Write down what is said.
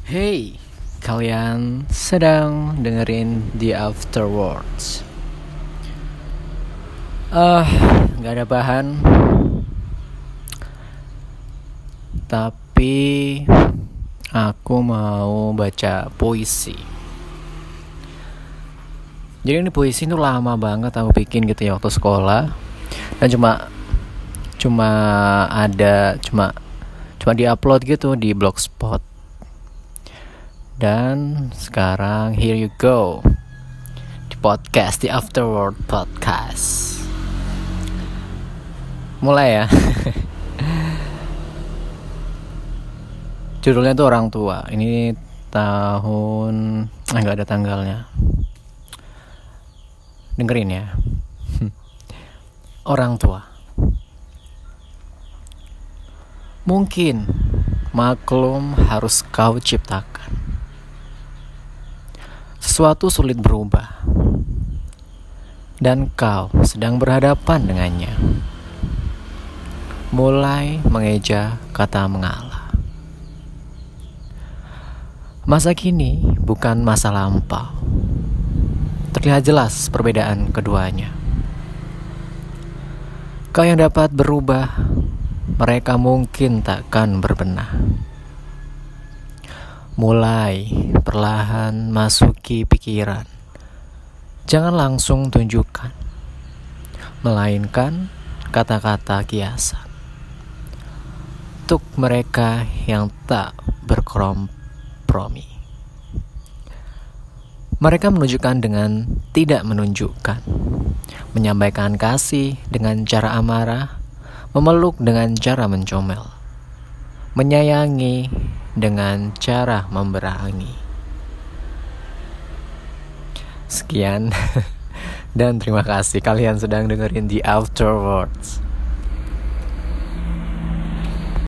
Hey, kalian sedang dengerin The Afterwords. Gak ada bahan, tapi aku mau baca puisi. Jadi ini puisi itu lama banget aku bikin gitu ya waktu sekolah. Dan cuma di-upload gitu di Blogspot. Dan sekarang here you go di podcast, The Afterword Podcast. Mulai ya. Judulnya tuh Orang Tua. Ini tahun nggak ada tanggalnya. Dengerin ya. Orang tua. Mungkin maklum harus kau ciptakan. Sesuatu sulit berubah, dan kau sedang berhadapan dengannya. Mulai mengeja kata mengalah. Masa kini bukan masa lampau. Terlihat jelas perbedaan keduanya. Kau yang dapat berubah, mereka mungkin takkan berbenah. Mulai perlahan masuki pikiran. Jangan langsung tunjukkan, melainkan kata-kata kiasan. Untuk mereka yang tak berkompromi. Mereka menunjukkan dengan tidak menunjukkan. Menyampaikan kasih dengan cara amarah, memeluk dengan cara mencomel, menyayangi dengan cara memberangi. Sekian dan terima kasih kalian sedang dengerin The Afterwords.